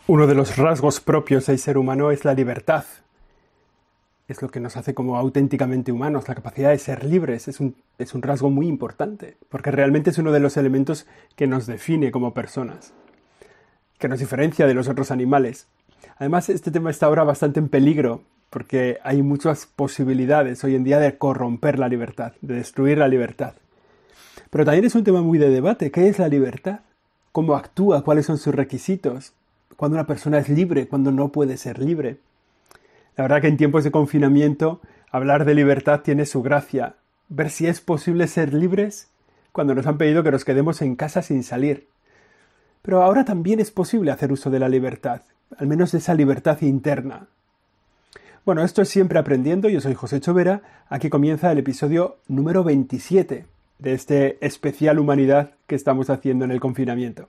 Uno de los rasgos propios del ser humano es la libertad. Es lo que nos hace como auténticamente humanos, la capacidad de ser libres. Es un rasgo muy importante, porque realmente es uno de los elementos que nos define como personas, que nos diferencia de los otros animales. Además, este tema está ahora bastante en peligro, porque hay muchas posibilidades hoy en día de corromper la libertad, de destruir la libertad. Pero también es un tema muy de debate. ¿Qué es la libertad? ¿Cómo actúa? ¿Cuáles son sus requisitos? ¿Cuándo una persona es libre? ¿Cuándo no puede ser libre? La verdad que en tiempos de confinamiento hablar de libertad tiene su gracia. Ver si es posible ser libres cuando nos han pedido que nos quedemos en casa sin salir. Pero ahora también es posible hacer uso de la libertad, al menos de esa libertad interna. Bueno, esto es Siempre Aprendiendo. Yo soy José Chovera. Aquí comienza el episodio número 27 de este especial humanidad que estamos haciendo en el confinamiento.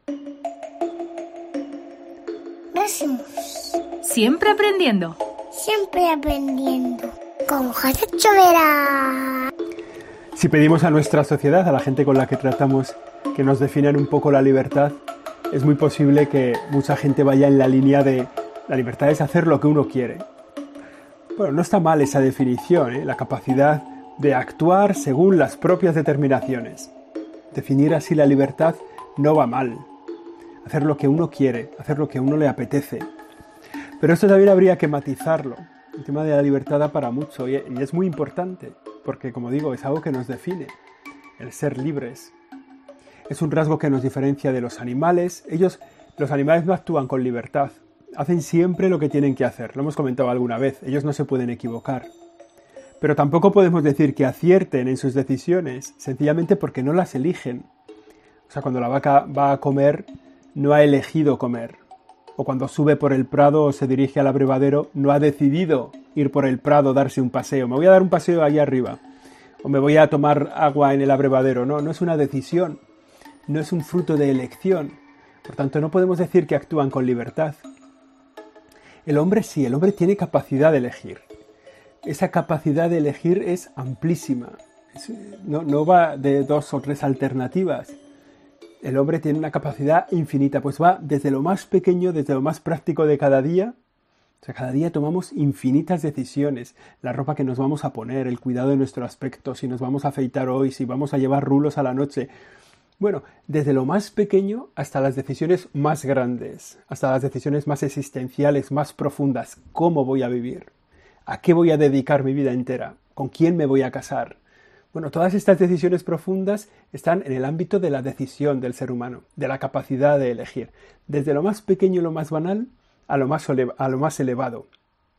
Siempre aprendiendo. Siempre aprendiendo. Con José Chovera. Si pedimos a nuestra sociedad, a la gente con la que tratamos, que nos definan un poco la libertad, es muy posible que mucha gente vaya en la línea de la libertad es hacer lo que uno quiere. Bueno, no está mal esa definición, la capacidad de actuar según las propias determinaciones. Definir así la libertad no va mal. Hacer lo que uno quiere, hacer lo que a uno le apetece. Pero esto también habría que matizarlo. El tema de la libertad da para mucho y es muy importante, porque como digo, es algo que nos define, el ser libres. Es un rasgo que nos diferencia de los animales. Los animales no actúan con libertad, hacen siempre lo que tienen que hacer. Lo hemos comentado alguna vez, ellos no se pueden equivocar. Pero tampoco podemos decir que acierten en sus decisiones, sencillamente porque no las eligen. O sea, cuando la vaca va a comer, no ha elegido comer. O cuando sube por el prado o se dirige al abrevadero, no ha decidido ir por el prado, darse un paseo. Me voy a dar un paseo allá arriba. O me voy a tomar agua en el abrevadero. No es una decisión. No es un fruto de elección. Por tanto, no podemos decir que actúan con libertad. El hombre sí, el hombre tiene capacidad de elegir. Esa capacidad de elegir es amplísima. No va de dos o tres alternativas. El hombre tiene una capacidad infinita, pues va desde lo más pequeño, desde lo más práctico de cada día. O sea, cada día tomamos infinitas decisiones. La ropa que nos vamos a poner, el cuidado de nuestro aspecto, si nos vamos a afeitar hoy, si vamos a llevar rulos a la noche. Bueno, desde lo más pequeño hasta las decisiones más grandes, hasta las decisiones más existenciales, más profundas. ¿Cómo voy a vivir? ¿A qué voy a dedicar mi vida entera? ¿Con quién me voy a casar? Bueno, todas estas decisiones profundas están en el ámbito de la decisión del ser humano, de la capacidad de elegir, desde lo más pequeño y lo más banal a lo más elevado.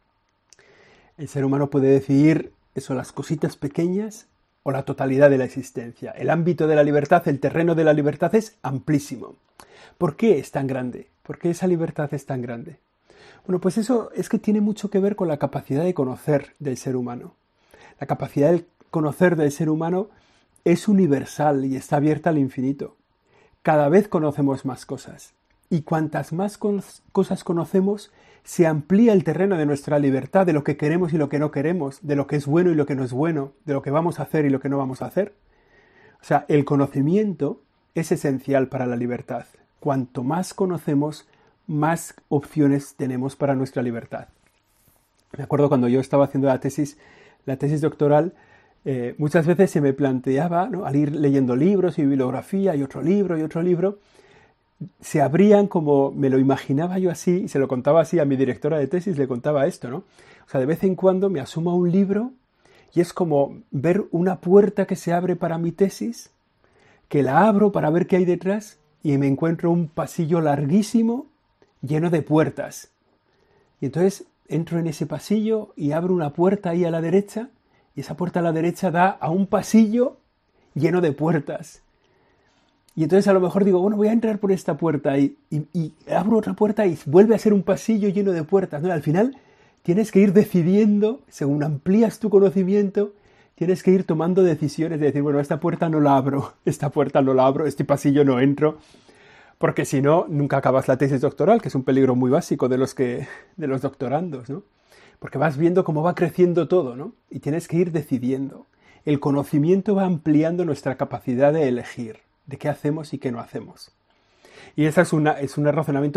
El ser humano puede decidir eso, las cositas pequeñas o la totalidad de la existencia. El ámbito de la libertad, el terreno de la libertad es amplísimo. ¿Por qué es tan grande? ¿Por qué esa libertad es tan grande? Bueno, pues eso es que tiene mucho que ver con la capacidad de conocer del ser humano. La capacidad de conocer del ser humano es universal y está abierta al infinito. Cada vez conocemos más cosas. Y cuantas más cosas conocemos, se amplía el terreno de nuestra libertad, de lo que queremos y lo que no queremos, de lo que es bueno y lo que no es bueno, de lo que vamos a hacer y lo que no vamos a hacer. O sea, el conocimiento es esencial para la libertad. Cuanto más conocemos, más opciones tenemos para nuestra libertad. Me acuerdo cuando yo estaba haciendo la tesis doctoral, muchas veces se me planteaba, ¿no?, al ir leyendo libros y bibliografía y otro libro, se abrían como me lo imaginaba yo así, y se lo contaba así a mi directora de tesis, le contaba esto, ¿no? O sea, de vez en cuando me asomo a un libro y es como ver una puerta que se abre para mi tesis, que la abro para ver qué hay detrás y me encuentro un pasillo larguísimo lleno de puertas. Y entonces entro en ese pasillo y abro una puerta ahí a la derecha y esa puerta a la derecha da a un pasillo lleno de puertas. Y entonces a lo mejor digo, bueno, voy a entrar por esta puerta y abro otra puerta y vuelve a ser un pasillo lleno de puertas, ¿no? Al final tienes que ir decidiendo, según amplías tu conocimiento, tienes que ir tomando decisiones de decir, bueno, esta puerta no la abro, este pasillo no entro, porque si no, nunca acabas la tesis doctoral, que es un peligro muy básico de los doctorandos, ¿no? Porque vas viendo cómo va creciendo todo, ¿no? Y tienes que ir decidiendo. El conocimiento va ampliando nuestra capacidad de elegir, de qué hacemos y qué no hacemos. Y ese es un razonamiento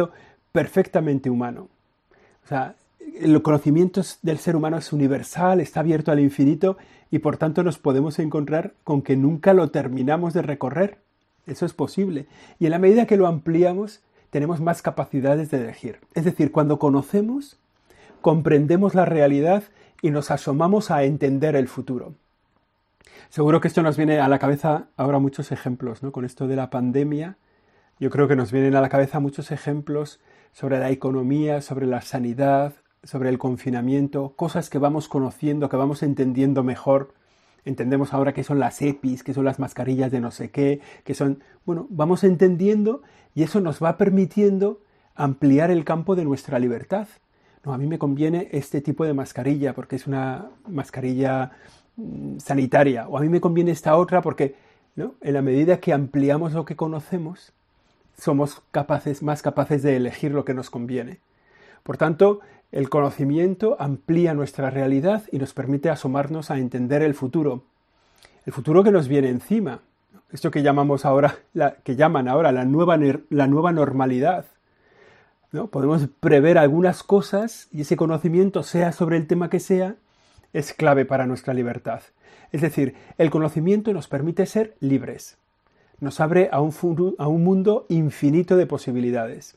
perfectamente humano. O sea, el conocimiento del ser humano es universal, está abierto al infinito y por tanto nos podemos encontrar con que nunca lo terminamos de recorrer. Eso es posible. Y en la medida que lo ampliamos, tenemos más capacidades de elegir. Es decir, cuando conocemos, comprendemos la realidad y nos asomamos a entender el futuro. Seguro que esto nos viene a la cabeza ahora muchos ejemplos, ¿no? Con esto de la pandemia, yo creo que nos vienen a la cabeza muchos ejemplos sobre la economía, sobre la sanidad, sobre el confinamiento, cosas que vamos conociendo, que vamos entendiendo mejor. Entendemos ahora qué son las EPIs, qué son las mascarillas de no sé qué, que son... Bueno, vamos entendiendo y eso nos va permitiendo ampliar el campo de nuestra libertad. No, a mí me conviene este tipo de mascarilla porque es una mascarilla sanitaria, o a mí me conviene esta otra porque, ¿no? En la medida que ampliamos lo que conocemos, somos más capaces de elegir lo que nos conviene. Por tanto, el conocimiento amplía nuestra realidad y nos permite asomarnos a entender el futuro que nos viene encima. Esto que llamamos ahora, que llaman ahora la nueva normalidad, ¿no? Podemos prever algunas cosas y ese conocimiento, sea sobre el tema que sea, es clave para nuestra libertad. Es decir, el conocimiento nos permite ser libres. Nos abre a un mundo infinito de posibilidades.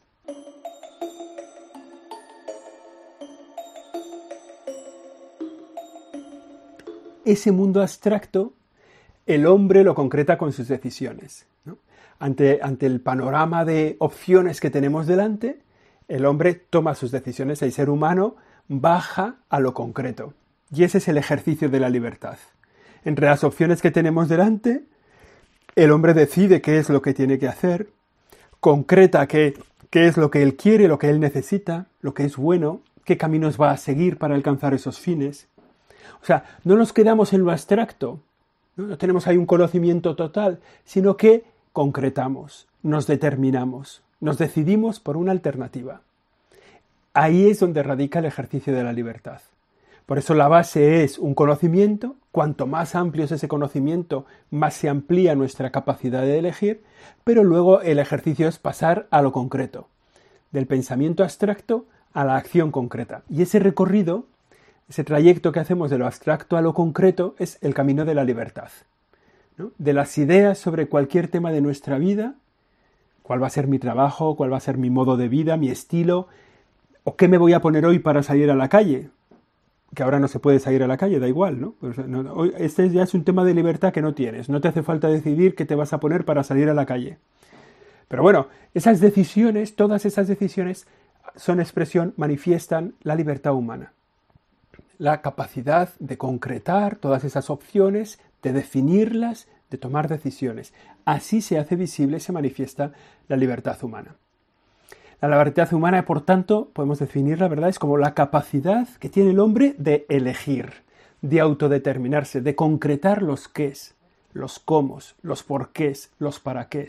Ese mundo abstracto, el hombre lo concreta con sus decisiones, ¿no? Ante el panorama de opciones que tenemos delante, el hombre toma sus decisiones, el ser humano baja a lo concreto. Y ese es el ejercicio de la libertad. Entre las opciones que tenemos delante, el hombre decide qué es lo que tiene que hacer, concreta qué es lo que él quiere, lo que él necesita, lo que es bueno, qué caminos va a seguir para alcanzar esos fines. O sea, no nos quedamos en lo abstracto, no tenemos ahí un conocimiento total, sino que concretamos, nos determinamos, nos decidimos por una alternativa. Ahí es donde radica el ejercicio de la libertad. Por eso la base es un conocimiento. Cuanto más amplio es ese conocimiento, más se amplía nuestra capacidad de elegir, pero luego el ejercicio es pasar a lo concreto, del pensamiento abstracto a la acción concreta. Y ese recorrido, ese trayecto que hacemos de lo abstracto a lo concreto, es el camino de la libertad, ¿no? De las ideas sobre cualquier tema de nuestra vida, cuál va a ser mi trabajo, cuál va a ser mi modo de vida, mi estilo, o qué me voy a poner hoy para salir a la calle, que ahora no se puede salir a la calle, da igual, ¿no? Pues este ya es un tema de libertad que no tienes, no te hace falta decidir qué te vas a poner para salir a la calle. Pero bueno, esas decisiones, todas esas decisiones son expresión, manifiestan la libertad humana. La capacidad de concretar todas esas opciones, de definirlas, de tomar decisiones. Así se hace visible, se manifiesta la libertad humana. La libertad humana, por tanto, podemos definirla, ¿verdad? Es como la capacidad que tiene el hombre de elegir, de autodeterminarse, de concretar los qués, los cómo, los porqués, los para qué.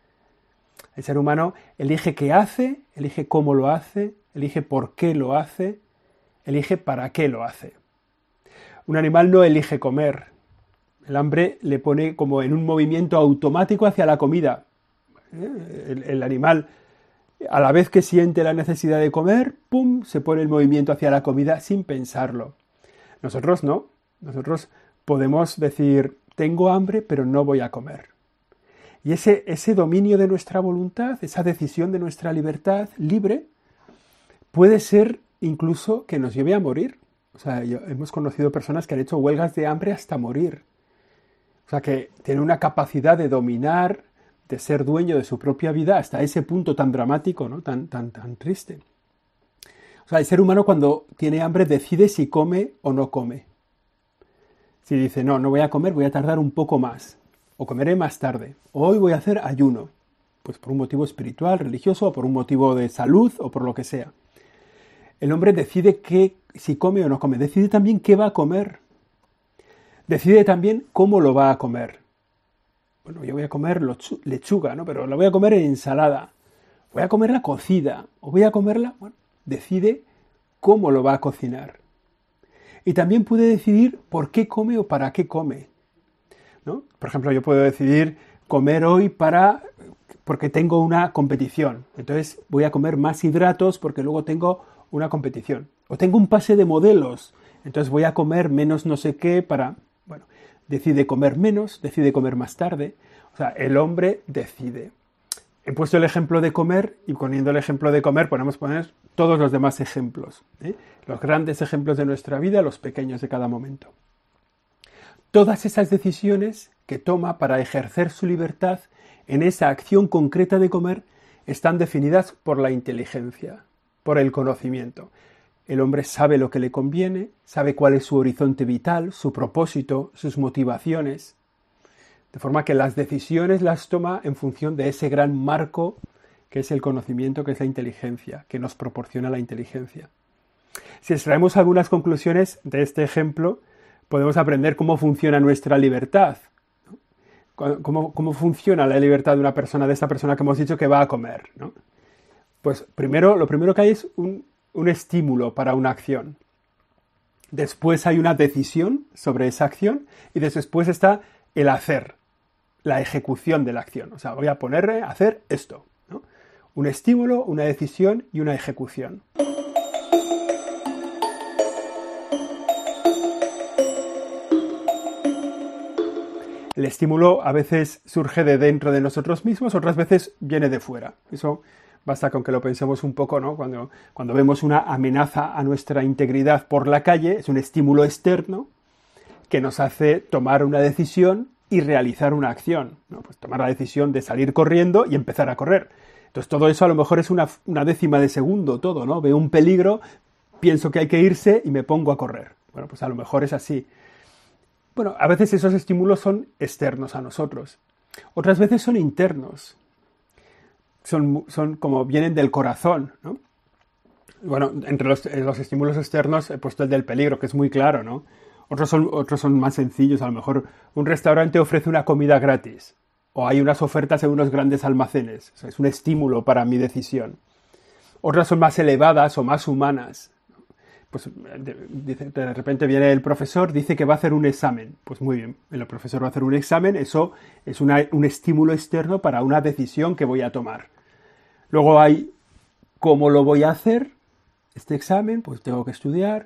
El ser humano elige qué hace, elige cómo lo hace, elige por qué lo hace, elige para qué lo hace. Un animal no elige comer. El hambre le pone como en un movimiento automático hacia la comida. El animal, a la vez que siente la necesidad de comer, ¡pum!, se pone el movimiento hacia la comida sin pensarlo. Nosotros no. Nosotros podemos decir, tengo hambre, pero no voy a comer. Y ese dominio de nuestra voluntad, esa decisión de nuestra libertad libre, puede ser incluso que nos lleve a morir. O sea, hemos conocido personas que han hecho huelgas de hambre hasta morir. O sea, que tienen una capacidad de dominar, de ser dueño de su propia vida hasta ese punto tan dramático, ¿no? Tan triste. O sea, el ser humano cuando tiene hambre decide si come o no come. Si dice, no voy a comer, voy a tardar un poco más. O comeré más tarde. O hoy voy a hacer ayuno. Pues por un motivo espiritual, religioso, o por un motivo de salud, o por lo que sea. El hombre decide si come o no come. Decide también qué va a comer. Decide también cómo lo va a comer. Bueno, yo voy a comer lechuga, ¿no? Pero la voy a comer en ensalada. Voy a comerla cocida. O voy a comerla... Bueno, decide cómo lo va a cocinar. Y también puede decidir por qué come o para qué come, ¿no? Por ejemplo, yo puedo decidir comer hoy porque tengo una competición. Entonces voy a comer más hidratos porque luego tengo una competición. O tengo un pase de modelos, entonces voy a comer menos no sé qué para... Bueno, decide comer menos, decide comer más tarde. O sea, el hombre decide. He puesto el ejemplo de comer y poniendo el ejemplo de comer podemos poner todos los demás ejemplos, ¿eh? Los grandes ejemplos de nuestra vida, los pequeños de cada momento. Todas esas decisiones que toma para ejercer su libertad en esa acción concreta de comer están definidas por la inteligencia, por el conocimiento. El hombre sabe lo que le conviene, sabe cuál es su horizonte vital, su propósito, sus motivaciones, de forma que las decisiones las toma en función de ese gran marco que es el conocimiento, que es la inteligencia, que nos proporciona la inteligencia. Si extraemos algunas conclusiones de este ejemplo, podemos aprender cómo funciona nuestra libertad, ¿no? Cómo funciona la libertad de una persona, de esta persona que hemos dicho que va a comer, ¿no? Pues lo primero que hay es un estímulo para una acción. Después hay una decisión sobre esa acción y después está el hacer, la ejecución de la acción. O sea, voy a ponerle a hacer esto, ¿no? Un estímulo, una decisión y una ejecución. El estímulo a veces surge de dentro de nosotros mismos, otras veces viene de fuera. Eso basta con que lo pensemos un poco, ¿no? Cuando vemos una amenaza a nuestra integridad por la calle, es un estímulo externo que nos hace tomar una decisión y realizar una acción, ¿no? Pues tomar la decisión de salir corriendo y empezar a correr. Entonces todo eso a lo mejor es una décima de segundo todo, ¿no? Veo un peligro, pienso que hay que irse y me pongo a correr. Bueno, pues a lo mejor es así. Bueno, a veces esos estímulos son externos a nosotros. Otras veces son internos. Son como vienen del corazón, ¿no? Bueno, entre los estímulos externos he puesto el del peligro, que es muy claro, ¿no? Otros son más sencillos. A lo mejor un restaurante ofrece una comida gratis o hay unas ofertas en unos grandes almacenes. O sea, es un estímulo para mi decisión. Otras son más elevadas o más humanas. Pues de repente viene el profesor, dice que va a hacer un examen. Pues muy bien, el profesor va a hacer un examen, eso es un estímulo externo para una decisión que voy a tomar. Luego hay cómo lo voy a hacer, este examen, pues tengo que estudiar.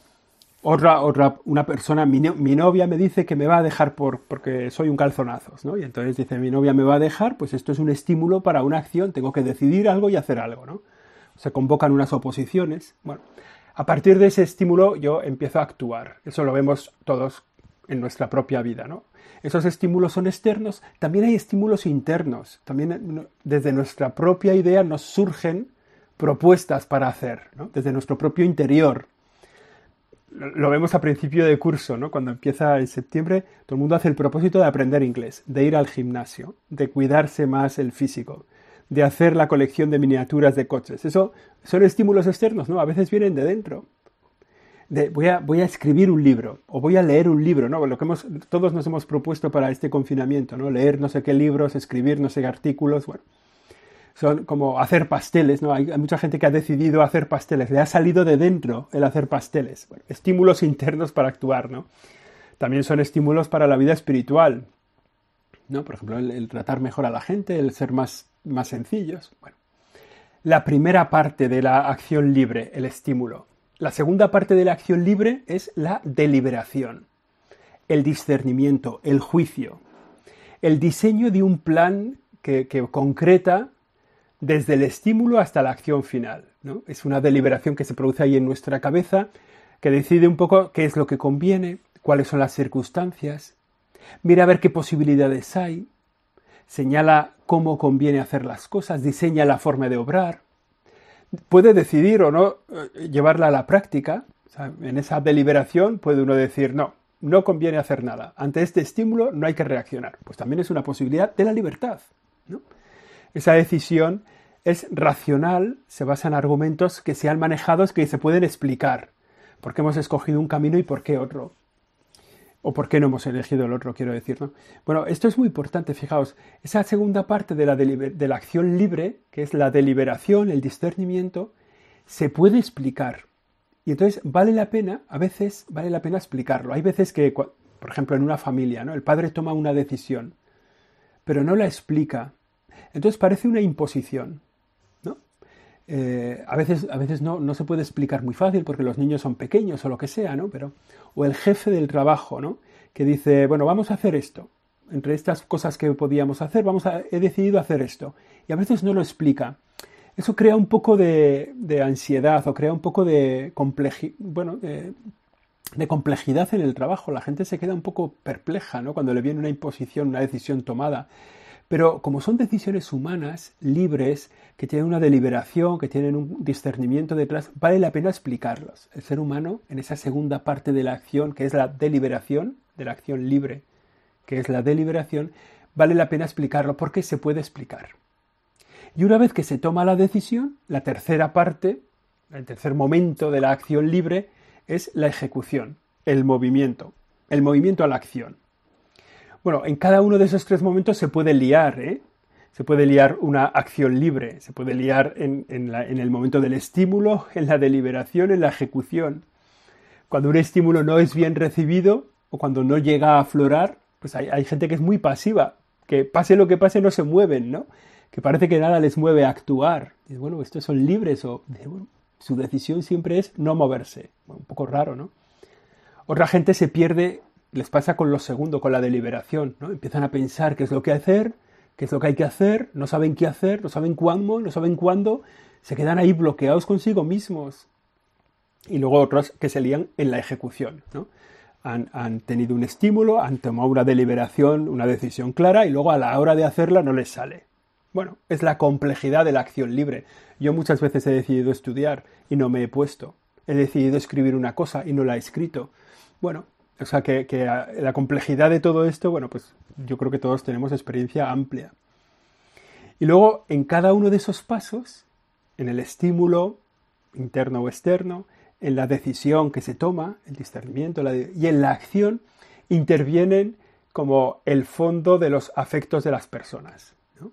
Una persona, mi novia me dice que me va a dejar porque soy un calzonazos, ¿no? Y entonces dice, mi novia me va a dejar, pues esto es un estímulo para una acción, tengo que decidir algo y hacer algo, ¿no? Se convocan unas oposiciones, bueno. A partir de ese estímulo yo empiezo a actuar. Eso lo vemos todos en nuestra propia vida, ¿no? Esos estímulos son externos. También hay estímulos internos. También desde nuestra propia idea nos surgen propuestas para hacer, ¿no? Desde nuestro propio interior. Lo vemos a principio de curso, ¿no? Cuando empieza en septiembre, todo el mundo hace el propósito de aprender inglés, de ir al gimnasio, de cuidarse más el físico, de hacer la colección de miniaturas de coches. Eso son estímulos externos, ¿no? A veces vienen de dentro. Voy a escribir un libro, o voy a leer un libro, ¿no? Lo que todos nos hemos propuesto para este confinamiento, ¿no? Leer no sé qué libros, escribir no sé qué artículos, bueno. Son como hacer pasteles, ¿no? Hay mucha gente que ha decidido hacer pasteles, le ha salido de dentro el hacer pasteles. Bueno, estímulos internos para actuar, ¿no? También son estímulos para la vida espiritual, ¿no? Por ejemplo, el tratar mejor a la gente, el ser más sencillos. Bueno, la primera parte de la acción libre, el estímulo. La segunda parte de la acción libre es la deliberación, el discernimiento, el juicio, el diseño de un plan que concreta desde el estímulo hasta la acción final, ¿no? Es una deliberación que se produce ahí en nuestra cabeza, que decide un poco qué es lo que conviene, cuáles son las circunstancias, mira a ver qué posibilidades hay, señala cómo conviene hacer las cosas, diseña la forma de obrar, puede decidir o no llevarla a la práctica. O sea, en esa deliberación puede uno decir, no conviene hacer nada, ante este estímulo no hay que reaccionar. Pues también es una posibilidad de la libertad, ¿no? Esa decisión es racional, se basa en argumentos que se han manejado, que se pueden explicar. ¿Por qué hemos escogido un camino y por qué otro? O por qué no hemos elegido el otro, quiero decir, ¿no? Bueno, esto es muy importante, fijaos. Esa segunda parte de la acción libre, que es la deliberación, el discernimiento, se puede explicar. Y entonces a veces vale la pena explicarlo. Hay veces que, por ejemplo, en una familia, ¿no? El padre toma una decisión, pero no la explica. Entonces parece una imposición, ¿no? A veces no se puede explicar muy fácil porque los niños son pequeños o lo que sea, ¿no? O el jefe del trabajo, ¿no? Que dice, bueno, vamos a hacer esto. Entre estas cosas que podíamos hacer, he decidido hacer esto. Y a veces no lo explica. Eso crea un poco de ansiedad o crea un poco de complejidad en el trabajo. La gente se queda un poco perpleja, ¿no? Cuando le viene una imposición, una decisión tomada. Pero como son decisiones humanas, libres, que tienen una deliberación, que tienen un discernimiento detrás, vale la pena explicarlos. El ser humano, en esa segunda parte de la acción, que es la deliberación, de la acción libre, que es la deliberación, vale la pena explicarlo porque se puede explicar. Y una vez que se toma la decisión, la tercera parte, el tercer momento de la acción libre, es la ejecución, el movimiento a la acción. Bueno, en cada uno de esos tres momentos se puede liar, ¿eh? Se puede liar una acción libre, se puede liar en el momento del estímulo, en la deliberación, en la ejecución. Cuando un estímulo no es bien recibido o cuando no llega a aflorar, pues hay gente que es muy pasiva, que pase lo que pase no se mueven, ¿no? Que parece que nada les mueve a actuar. Y bueno, estos son libres o bueno, su decisión siempre es no moverse. Bueno, un poco raro, ¿no? Otra gente se pierde, les pasa con los segundos, con la deliberación, ¿no? Empiezan a pensar qué es lo que hacer, qué es lo que hay que hacer, no saben qué hacer, no saben cuándo, se quedan ahí bloqueados consigo mismos. Y luego otros que se lían en la ejecución, ¿no? Han tenido un estímulo, han tomado una deliberación, una decisión clara y luego a la hora de hacerla no les sale. Bueno, es la complejidad de la acción libre. Yo muchas veces he decidido estudiar y no me he puesto. He decidido escribir una cosa y no la he escrito. Bueno, o sea que la complejidad de todo esto, bueno, pues yo creo que todos tenemos experiencia amplia. Y luego, en cada uno de esos pasos, en el estímulo interno o externo, en la decisión que se toma, el discernimiento y en la acción, intervienen como el fondo de los afectos de las personas, ¿no?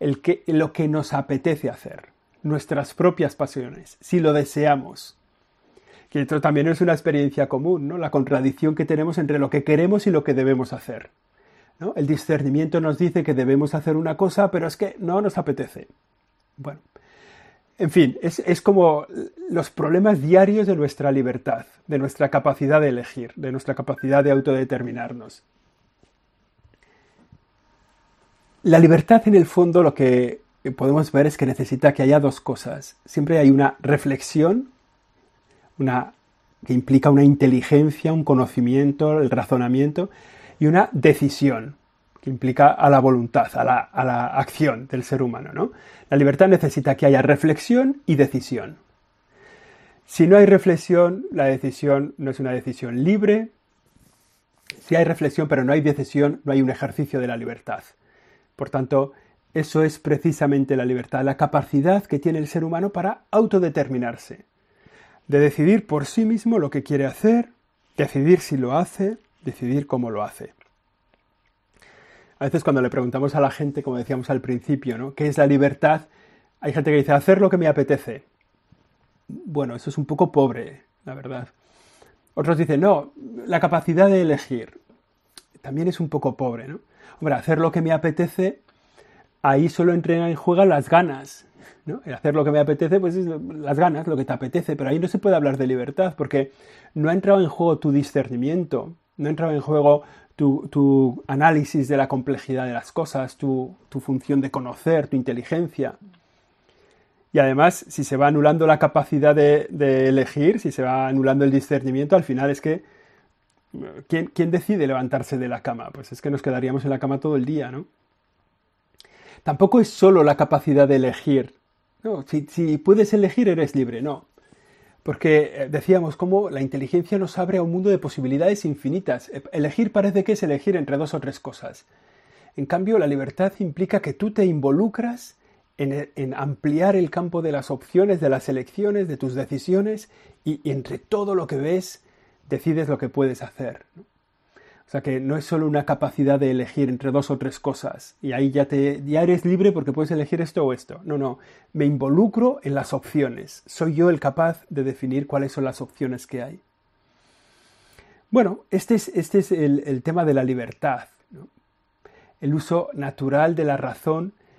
Lo que nos apetece hacer, nuestras propias pasiones, si lo deseamos. Que esto también es una experiencia común, ¿no? La contradicción que tenemos entre lo que queremos y lo que debemos hacer, ¿no? El discernimiento nos dice que debemos hacer una cosa, pero es que no nos apetece. Bueno, en fin, es como los problemas diarios de nuestra libertad, de nuestra capacidad de elegir, de nuestra capacidad de autodeterminarnos. La libertad, en el fondo, lo que podemos ver es que necesita que haya dos cosas. Siempre hay una reflexión, que implica una inteligencia, un conocimiento, el razonamiento, y una decisión, que implica a la voluntad, a la acción del ser humano, ¿no? La libertad necesita que haya reflexión y decisión. Si no hay reflexión, la decisión no es una decisión libre. Si hay reflexión pero no hay decisión, no hay un ejercicio de la libertad. Por tanto, eso es precisamente la libertad, la capacidad que tiene el ser humano para autodeterminarse, de decidir por sí mismo lo que quiere hacer, decidir si lo hace, decidir cómo lo hace. A veces cuando le preguntamos a la gente, como decíamos al principio, ¿no?, ¿qué es la libertad? Hay gente que dice, hacer lo que me apetece. Bueno, eso es un poco pobre, la verdad. Otros dicen, no, la capacidad de elegir. También es un poco pobre, ¿no? Hombre, hacer lo que me apetece, ahí solo entran en juego las ganas, ¿no? El hacer lo que me apetece, pues es las ganas, lo que te apetece, pero ahí no se puede hablar de libertad, porque no ha entrado en juego tu discernimiento, no ha entrado en juego tu análisis de la complejidad de las cosas, tu función de conocer, tu inteligencia. Y además, si se va anulando la capacidad de elegir, si se va anulando el discernimiento, al final es que ¿quién decide levantarse de la cama? Pues es que nos quedaríamos en la cama todo el día, ¿no? Tampoco es solo la capacidad de elegir. No, si puedes elegir, eres libre. No. Porque decíamos cómo la inteligencia nos abre a un mundo de posibilidades infinitas. Elegir parece que es elegir entre dos o tres cosas. En cambio, la libertad implica que tú te involucras en ampliar el campo de las opciones, de las elecciones, de tus decisiones, y entre todo lo que ves, decides lo que puedes hacer, ¿no? O sea que no es solo una capacidad de elegir entre dos o tres cosas y ahí ya eres libre porque puedes elegir esto o esto. No, me involucro en las opciones. Soy yo el capaz de definir cuáles son las opciones que hay. Bueno, este es el tema de la libertad, ¿no? El uso natural de la razón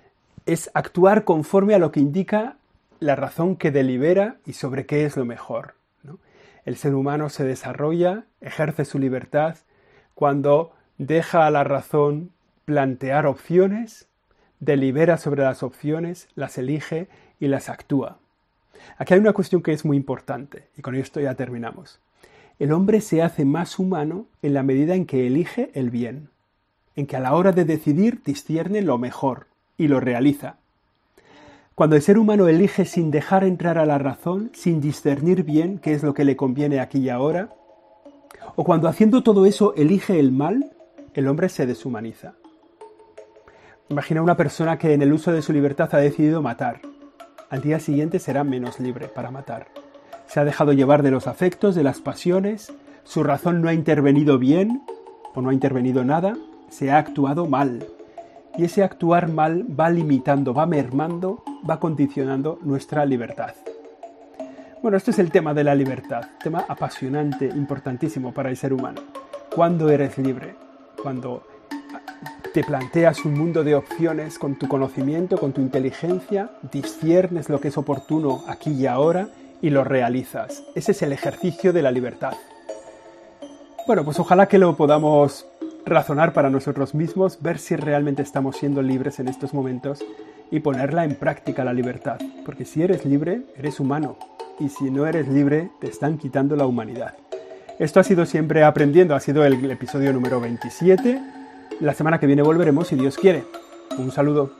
es actuar conforme a lo que indica la razón que delibera y sobre qué es lo mejor, ¿no? El ser humano se desarrolla, ejerce su libertad cuando deja a la razón plantear opciones, delibera sobre las opciones, las elige y las actúa. Aquí hay una cuestión que es muy importante y con esto ya terminamos. El hombre se hace más humano en la medida en que elige el bien, en que a la hora de decidir discierne lo mejor y lo realiza. Cuando el ser humano elige sin dejar entrar a la razón, sin discernir bien qué es lo que le conviene aquí y ahora, o cuando haciendo todo eso elige el mal, el hombre se deshumaniza. Imagina una persona que en el uso de su libertad ha decidido matar. Al día siguiente será menos libre para matar. Se ha dejado llevar de los afectos, de las pasiones, su razón no ha intervenido bien o no ha intervenido nada, se ha actuado mal. Y ese actuar mal va limitando, va mermando, va condicionando nuestra libertad. Bueno, esto es el tema de la libertad, tema apasionante, importantísimo para el ser humano. ¿Cuándo eres libre? Cuando te planteas un mundo de opciones con tu conocimiento, con tu inteligencia, disciernes lo que es oportuno aquí y ahora y lo realizas. Ese es el ejercicio de la libertad. Bueno, pues ojalá que lo podamos razonar para nosotros mismos, ver si realmente estamos siendo libres en estos momentos y ponerla en práctica la libertad. Porque si eres libre, eres humano. Y si no eres libre, te están quitando la humanidad. Esto ha sido Siempre Aprendiendo, ha sido el episodio número 27. La semana que viene volveremos, si Dios quiere. Un saludo.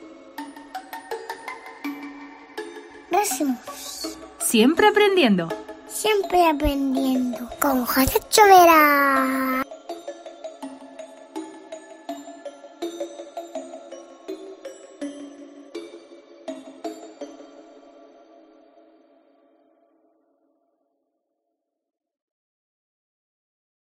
Gracias. Siempre aprendiendo. Siempre aprendiendo. Con José Chovera.